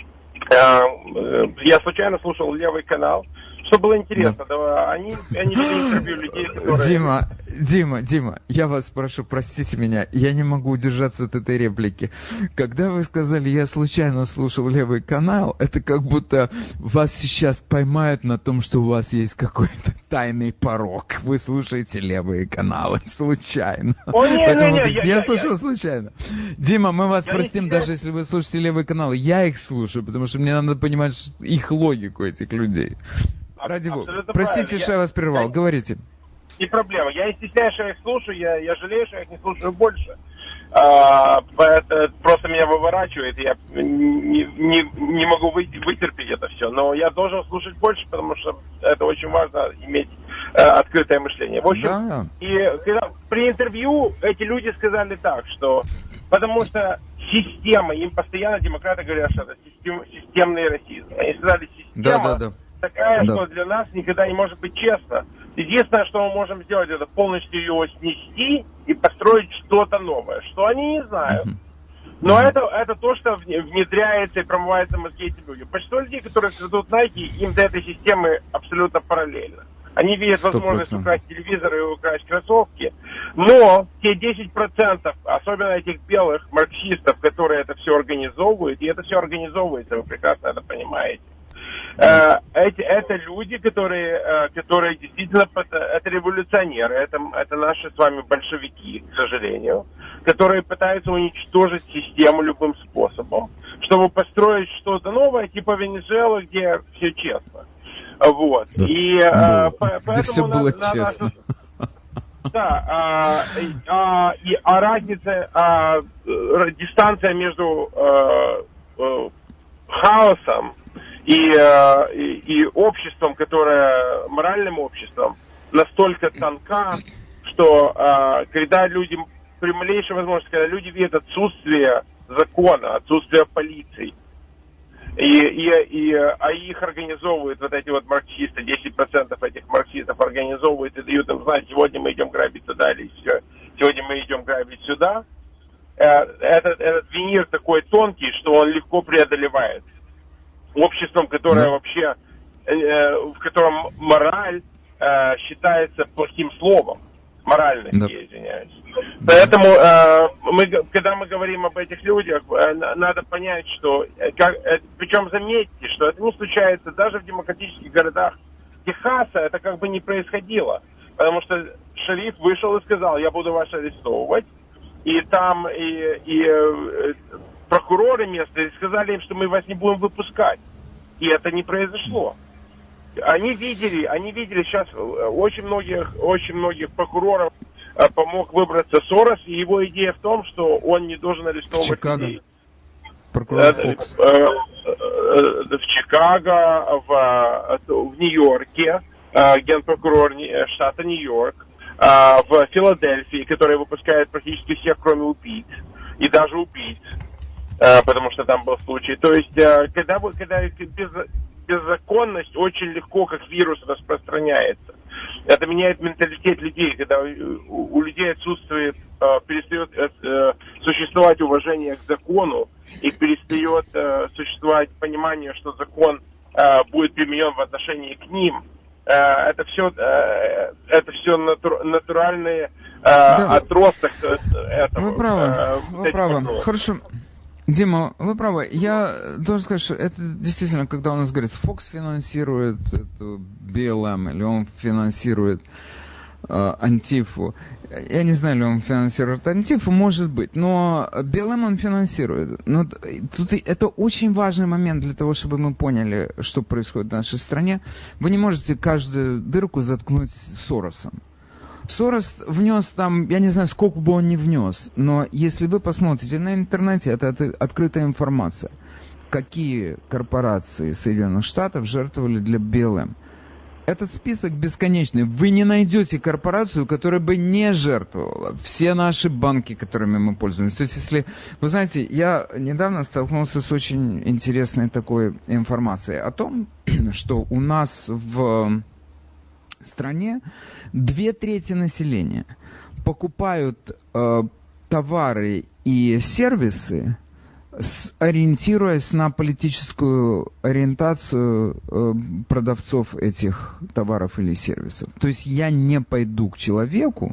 Я случайно слушал Левый канал. Что было интересно, да. Да, они, они вели интервью людей, которые... Дима, Дима, Дима, я вас прошу, простите меня, я не могу удержаться от этой реплики. Когда вы сказали, я случайно слушал Левый канал, это как будто вас сейчас поймают на том, что у вас есть какой-то тайный порог. Вы слушаете Левые каналы случайно. О, не, Поэтому не, не, я, я, я слушал я, случайно. Дима, мы вас я простим, не даже если вы слушаете Левые каналы. Я их слушаю, потому что мне надо понимать их логику, этих людей. Ради бога. Простите, что я вас прервал. Я... Говорите. Не проблема. Я не стесняюсь, что я их слушаю. Я, я жалею, что я их не слушаю больше. А, это просто меня выворачивает. Я не, не, не могу вы, вытерпеть это все. Но я должен слушать больше, потому что это очень важно иметь э, открытое мышление. В общем, да. и когда, при интервью эти люди сказали так, что потому что система, им постоянно демократы говорят, что это систем, системный расизм. Они сказали, система... Да, да, да. такая, да. что для нас никогда не может быть честно. Единственное, что мы можем сделать, это полностью его снести и построить что-то новое, что они не знают. Uh-huh. Но uh-huh. это, это то, что внедряется и промывается мозги этим людям. Большинство людей, которые создают Nike, им до этой системы абсолютно параллельно. Они видят сто процентов возможность украсть телевизор и украсть кроссовки, но те десять процентов, особенно этих белых марксистов, которые это все организовывают, и это все организовывается, вы прекрасно это понимаете. Uh, эти, это люди, которые, uh, которые действительно, это революционеры, это, это наши с вами большевики, к сожалению, которые пытаются уничтожить систему любым способом, чтобы построить что-то новое, типа Венесуэлы, где все честно. Вот. Да. И uh, по, где поэтому все было надо, честно. Надо, да, а, а, и, а разница, а, дистанция между... А, хаосом и, э, и, и обществом, которое, моральным обществом, настолько тонка, что э, когда люди, при малейшей возможности, когда люди видят отсутствие закона, отсутствие полиции, и, и, и, а их организовывают вот эти вот марксисты, десять процентов этих марксистов организовывают и дают им знать, сегодня мы идем грабить туда или все, сегодня мы идем грабить сюда. Этот, этот винир такой тонкий, что он легко преодолевает. Обществом, которое да. вообще, э, в котором мораль э, считается плохим словом. Моральность, да. я извиняюсь. Да. Поэтому, э, мы, когда мы говорим об этих людях, э, надо понять, что, как, э, причем заметьте, что это не случается даже в демократических городах Техаса, это как бы не происходило. Потому что шериф вышел и сказал, я буду вас арестовывать. И там и, и э, прокуроры местные сказали им, что мы вас не будем выпускать. И это не произошло. Они видели, они видели сейчас очень многих, очень многих прокуроров э, помог выбраться Сорос, и его идея в том, что он не должен арестовывать Чикаго. людей. Прокурор Фокс. Э, э, э, в Чикаго, в, в Нью-Йорке, э, генпрокурор штата Нью-Йорк, э, в Филадельфии, который выпускает практически всех, кроме убийц, и даже убийц, э, потому что там был случай. То есть, э, когда, когда без, беззаконность очень легко, как вирус, распространяется. Это меняет менталитет людей, когда у, у людей отсутствует, э, перестает э, существовать уважение к закону, и перестает э, существовать понимание, что закон э, будет применен в отношении к ним. Э, это все, э, это все натур, натуральные э, да. отросток этого. Вы правы, э, вы правы. Отросток. Хорошо. Дима, вы правы. Я должен сказать, что это действительно, когда у нас говорят, Фокс финансирует эту би эл эм, или он финансирует э, Антифу. Я не знаю, ли он финансирует Антифу, может быть, но би эл эм он финансирует. Но тут это очень важный момент для того, чтобы мы поняли, что происходит в нашей стране. Вы не можете каждую дырку заткнуть Соросом. Сорос внес там, я не знаю, сколько бы он ни внес, но если вы посмотрите на интернете, это открытая информация, какие корпорации Соединенных Штатов жертвовали для би эл эм. Этот список бесконечный. Вы не найдете корпорацию, которая бы не жертвовала. Все наши банки, которыми мы пользуемся. То есть, если... Вы знаете, я недавно столкнулся с очень интересной такой информацией о том, что у нас в стране две трети населения покупают э, товары и сервисы, с, ориентируясь на политическую ориентацию э, продавцов этих товаров или сервисов. То есть я не пойду к человеку,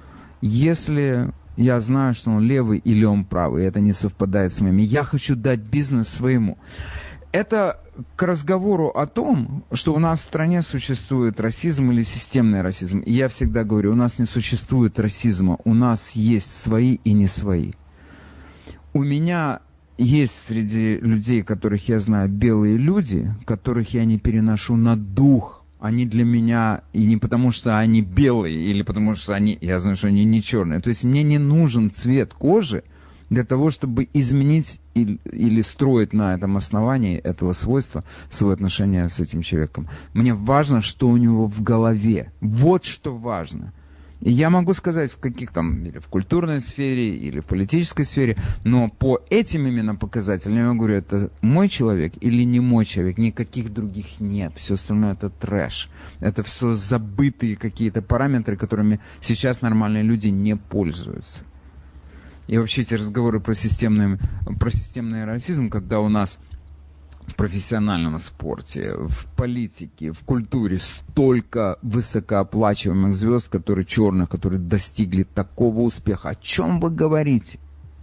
если я знаю, что он левый или он правый, и это не совпадает с моими. Я хочу дать бизнес своему. Это к разговору о том, что у нас в стране существует расизм или системный расизм. И я всегда говорю, у нас не существует расизма, у нас есть свои и не свои. У меня есть среди людей, которых я знаю, белые люди, которых я не переношу на дух. Они для меня, и не потому что они белые, или потому что они, я знаю, что они не черные. То есть мне не нужен цвет кожи для того, чтобы изменить или, или строить на этом основании этого свойства свое отношение с этим человеком. Мне важно, что у него в голове. Вот что важно. И я могу сказать, в каких там, или в культурной сфере, или в политической сфере, но по этим именно показателям я говорю, это мой человек или не мой человек, никаких других нет. Все остальное это трэш. Это все забытые какие-то параметры, которыми сейчас нормальные люди не пользуются. И вообще эти разговоры про системный, про системный расизм, когда у нас в профессиональном спорте, в политике, в культуре столько высокооплачиваемых звезд, которые черных, которые достигли такого успеха. О чем вы говорите?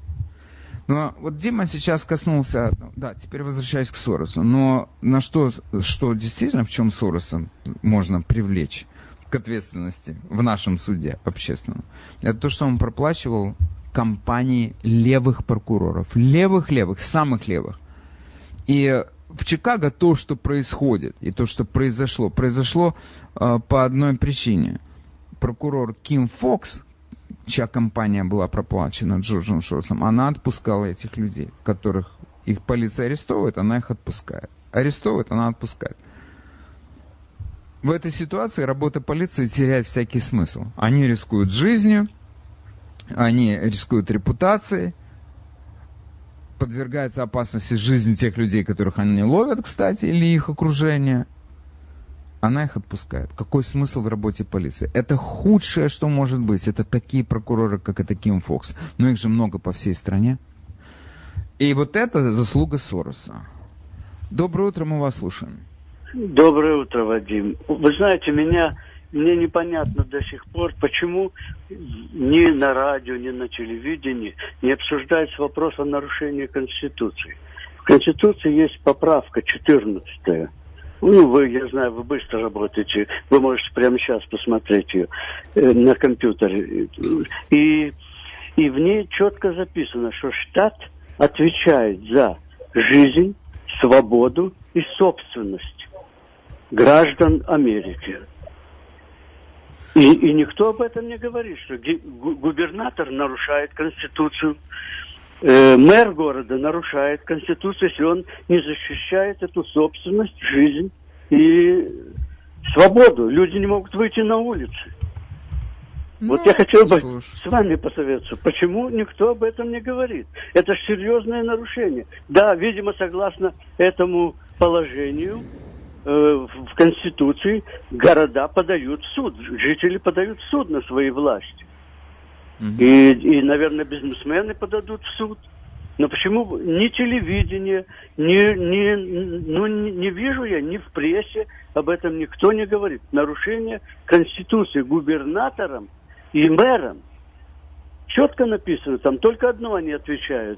Но вот Дима сейчас коснулся, да, теперь возвращаясь к Соросу, но на что, что действительно, в чем Сороса можно привлечь к ответственности в нашем суде общественном, это то, что он проплачивал компании левых прокуроров. Левых-левых, самых левых. И в Чикаго то, что происходит, и то, что произошло, произошло э, по одной причине. Прокурор Ким Фокс, чья компания была проплачена Джорджем Соросом, она отпускала этих людей, которых Их полиция арестовывает, она их отпускает. Арестовывает, она отпускает. В этой ситуации работа полиции теряет всякий смысл. Они рискуют жизнью, они рискуют репутацией, подвергается опасности жизни тех людей, которых они ловят, кстати, или их окружение. Она их отпускает. Какой смысл в работе полиции? Это худшее, что может быть. Это такие прокуроры, как это Ким Фокс. Но их же много по всей стране. И вот это заслуга Сороса. Доброе утро, мы вас слушаем. Доброе утро, Вадим. Вы знаете, меня, мне непонятно до сих пор, почему ни на радио, ни на телевидении не обсуждается вопрос о нарушении Конституции. В Конституции есть поправка четырнадцатая. Ну, вы, я знаю, вы быстро работаете, вы можете прямо сейчас посмотреть ее э, на компьютере. И, и в ней четко записано, что штат отвечает за жизнь, свободу и собственность граждан Америки. И, и никто об этом не говорит, что губернатор нарушает Конституцию, э, мэр города нарушает Конституцию, если он не защищает эту собственность, жизнь и свободу. Люди не могут выйти на улицы. Ну, вот я хотел бы слушай. с вами посоветоваться, почему никто об этом не говорит. Это же серьезное нарушение. Да, видимо, согласно этому положению э, в Конституции города подают в суд, жители подают в суд на свои власти. Mm-hmm. И, и, наверное, бизнесмены подадут в суд. Но почему ни телевидение, ни, ни, ну, не, не вижу я, ни в прессе об этом никто не говорит. Нарушение Конституции губернатором и мэром. Четко написано, там только одно они отвечают.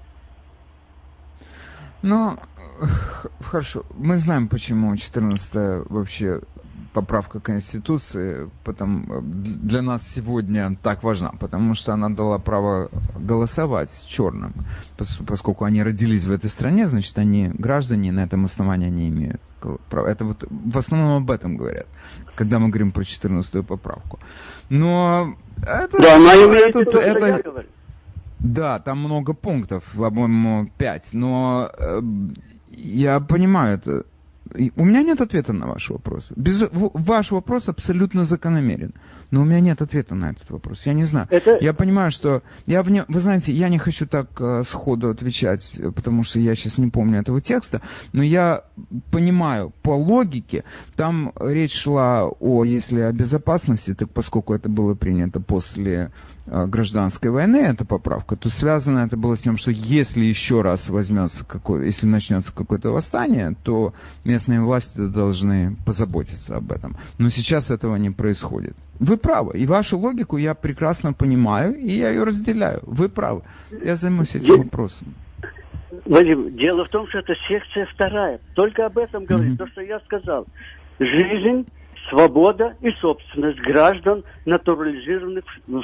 Ну, хорошо. Мы знаем, почему четырнадцатая вообще поправка Конституции потому, для нас сегодня так важна, потому что она дала право голосовать черным, поскольку они родились в этой стране, значит, они граждане, на этом основании они имеют право. Это вот в основном об этом говорят, когда мы говорим про четырнадцатую поправку. Но это... Да, она имеет это, это, это, я говорю. Да, там много пунктов, по-моему, пять, но э, я понимаю это. У меня нет ответа на ваш вопрос. Без, ваш вопрос абсолютно закономерен. Но у меня нет ответа на этот вопрос. Я не знаю. Это... Я понимаю, что... Я вне, вы знаете, я не хочу так э, сходу отвечать, потому что я сейчас не помню этого текста. Но я понимаю, по логике, там речь шла о, если о безопасности, так поскольку это было принято после э, гражданской войны, эта поправка, то связано это было с тем, что если еще раз возьмется какой, если начнется какое-то восстание, то местные власти должны позаботиться об этом. Но сейчас этого не происходит. Вы правы. И вашу логику я прекрасно понимаю, и я ее разделяю. Вы правы. Я займусь этим вопросом. Вадим, дело в том, что это секция вторая. Только об этом говорит. Mm-hmm. То, что я сказал. Жизнь, свобода и собственность граждан, натурализированных в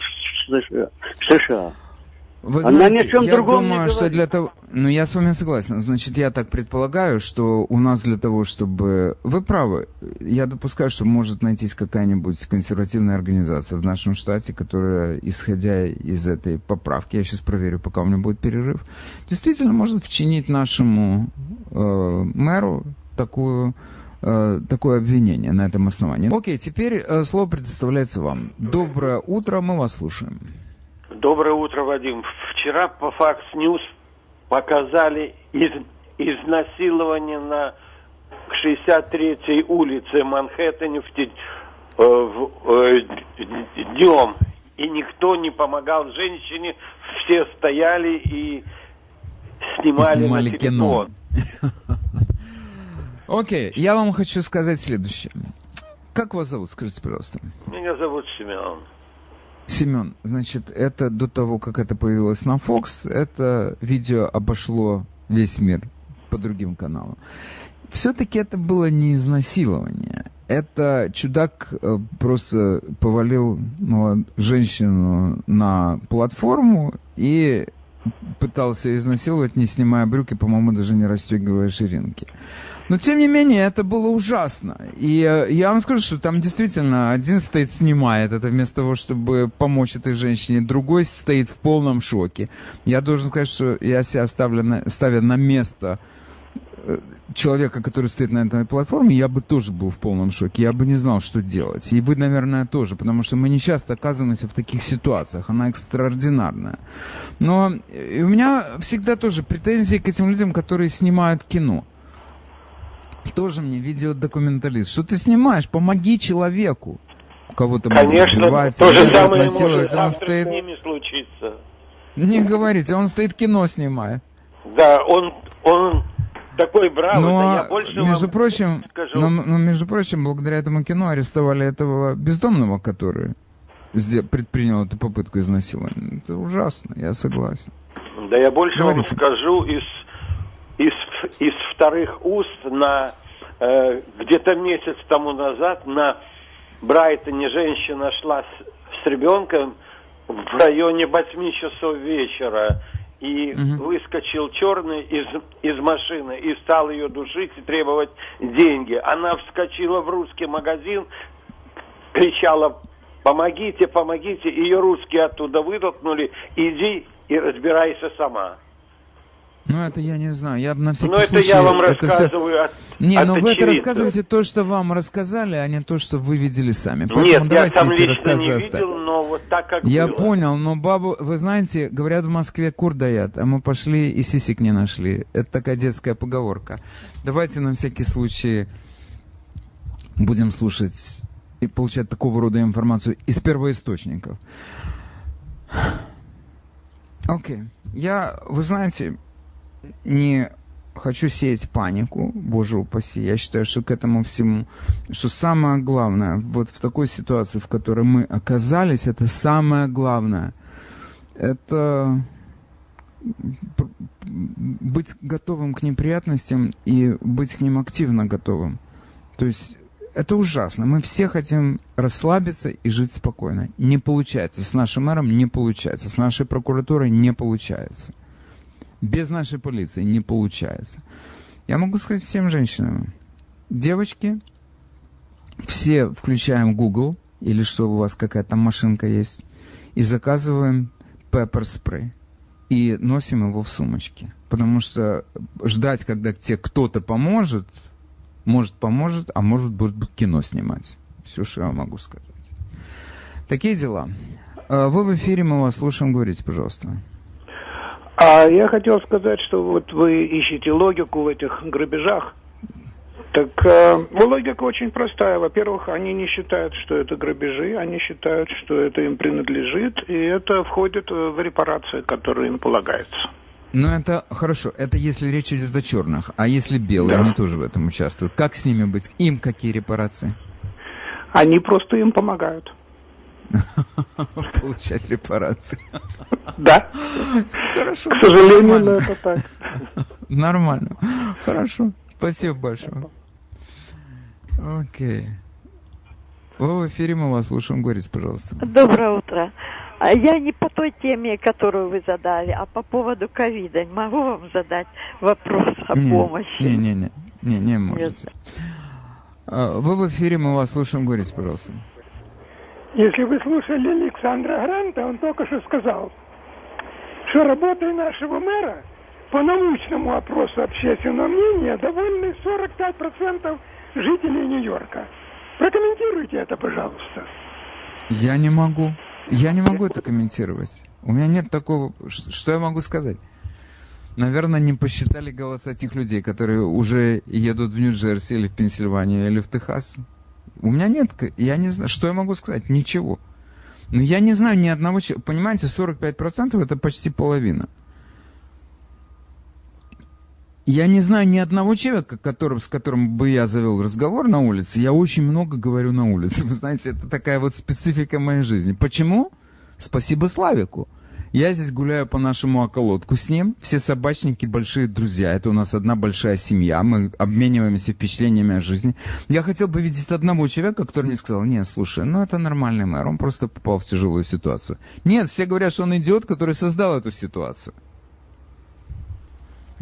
США. Вы Она знаете, ни о чем я другом думаю, не что для того... Ну, я с вами согласен. Значит, я так предполагаю, что у нас для того, чтобы... Вы правы. Я допускаю, что может найтись какая-нибудь консервативная организация в нашем штате, которая, исходя из этой поправки, я сейчас проверю, пока у меня будет перерыв, действительно может вчинить нашему э, мэру такую... такое обвинение на этом основании. Окей, теперь э, слово предоставляется вам. Доброе утро, мы вас слушаем. Доброе утро, Вадим. Вчера по Fox News показали из, изнасилование на шестьдесят третьей улице Манхэттене в, э, в, э, днем. И никто не помогал женщине, все стояли и снимали, и снимали на телефон. Окей, okay, я вам хочу сказать следующее. Как вас зовут, скажите, пожалуйста? Меня зовут Семен. Семен, значит, это до того, как это появилось на Fox, это видео обошло весь мир по другим каналам. Все-таки это было не изнасилование. Это чудак просто повалил ну, женщину на платформу и пытался ее изнасиловать, не снимая брюки, по-моему, даже не расстегивая ширинки. Но, тем не менее, это было ужасно. И э, я вам скажу, что там действительно один стоит, снимает это вместо того, чтобы помочь этой женщине, другой стоит в полном шоке. Я должен сказать, что я себя ставлю на, ставя на место э, человека, который стоит на этой платформе, я бы тоже был в полном шоке. Я бы не знал, что делать. И вы, наверное, тоже, потому что мы не часто оказываемся в таких ситуациях. Она экстраординарная. Но и у меня всегда тоже претензии к этим людям, которые снимают кино. Тоже мне видеодокументалист. Что ты снимаешь? Помоги человеку. У кого-то Конечно, то же самое может завтра стоит... с ними случиться. Не говорите, он стоит кино снимает. Да, он, он такой бравый, но, да я больше между вам прочим, скажу. Но, но, между прочим, благодаря этому кино арестовали этого бездомного, который предпринял эту попытку изнасилования. Это ужасно, я согласен. Да я больше Говорите. вам скажу из... Из, из вторых уст на э, где-то месяц тому назад на Брайтоне женщина шла с, с ребенком в районе восьми часов вечера, и угу. выскочил черный из, из машины и стал ее душить и требовать деньги. Она вскочила в русский магазин, кричала: помогите, помогите, ее русские оттуда вытолкнули, иди и разбирайся сама. Ну, это я не знаю. Я на всякий Но случай... это я вам это рассказываю все... от Не, от но вы это очевидцев. рассказываете то, что вам рассказали, а не то, что вы видели сами. Поэтому Нет, давайте я там эти лично рассказы не оставим. видел, но вот так, как Я было. понял, но бабу... Вы знаете, говорят, в Москве кур даят, а мы пошли и сисек не нашли. Это такая детская поговорка. Давайте на всякий случай будем слушать и получать такого рода информацию из первоисточников. Окей. Okay. Я, вы знаете... не хочу сеять панику, боже упаси. Я считаю, что к этому всему, что самое главное, вот в такой ситуации, в которой мы оказались, это самое главное, это быть готовым к неприятностям и быть к ним активно готовым. То есть это ужасно. Мы все хотим расслабиться и жить спокойно. Не получается. С нашим мэром не получается. С нашей прокуратурой не получается. Без нашей полиции не получается. Я могу сказать всем женщинам: девочки, все включаем Google, или что у вас какая-то машинка есть, и заказываем пеппер-спрей. И носим его в сумочке. Потому что ждать, когда тебе кто-то поможет, может поможет, а может будет кино снимать. Все, что я могу сказать. Такие дела. Вы в эфире, мы вас слушаем. Говорите, пожалуйста. А я хотел сказать, что вот вы ищете логику в этих грабежах. Так э, логика очень простая. Во-первых, они не считают, что это грабежи, они считают, что это им принадлежит, и это входит в репарации, которые им полагаются. Ну, это хорошо. Это если речь идет о черных. А если белые, да. Они тоже в этом участвуют. Как с ними быть? Им какие репарации? Они просто им помогают. Получать репарации. Да. Хорошо. К сожалению, но это так. Нормально. Хорошо. Спасибо большое. Окей. Вы в эфире, мы вас слушаем. Говорите, пожалуйста. Доброе утро. Я не по той теме, которую вы задали, а по поводу ковида. Могу вам задать вопрос о не, помощи? Не, не, не, не, не можете. Нет. Вы в эфире, мы вас слушаем. Говорите, пожалуйста. Если вы слушали Александра Гранта, он только что сказал, что работой нашего мэра по научному опросу общественного мнения довольны сорок пять процентов жителей Нью-Йорка. Прокомментируйте это, пожалуйста. Я не могу. Я не могу это комментировать. У меня нет такого... Что я могу сказать? Наверное, не посчитали голоса тех людей, которые уже едут в Нью-Джерси или в Пенсильванию или в Техас. У меня нет... Я не знаю... Что я могу сказать? Ничего. Но я не знаю ни одного... Понимаете, сорок пять процентов это почти половина. Я не знаю ни одного человека, который, с которым бы я завел разговор на улице. Я очень много говорю на улице. Вы знаете, это такая вот специфика моей жизни. Почему? Спасибо Славику. Я здесь гуляю по нашему околотку с ним. Все собачники большие друзья. Это у нас одна большая семья. Мы обмениваемся впечатлениями о жизни. Я хотел бы видеть одного человека, который мне сказал: нет, слушай, ну это нормальный мэр. Он просто попал в тяжелую ситуацию. Нет, все говорят, что он идиот, который создал эту ситуацию.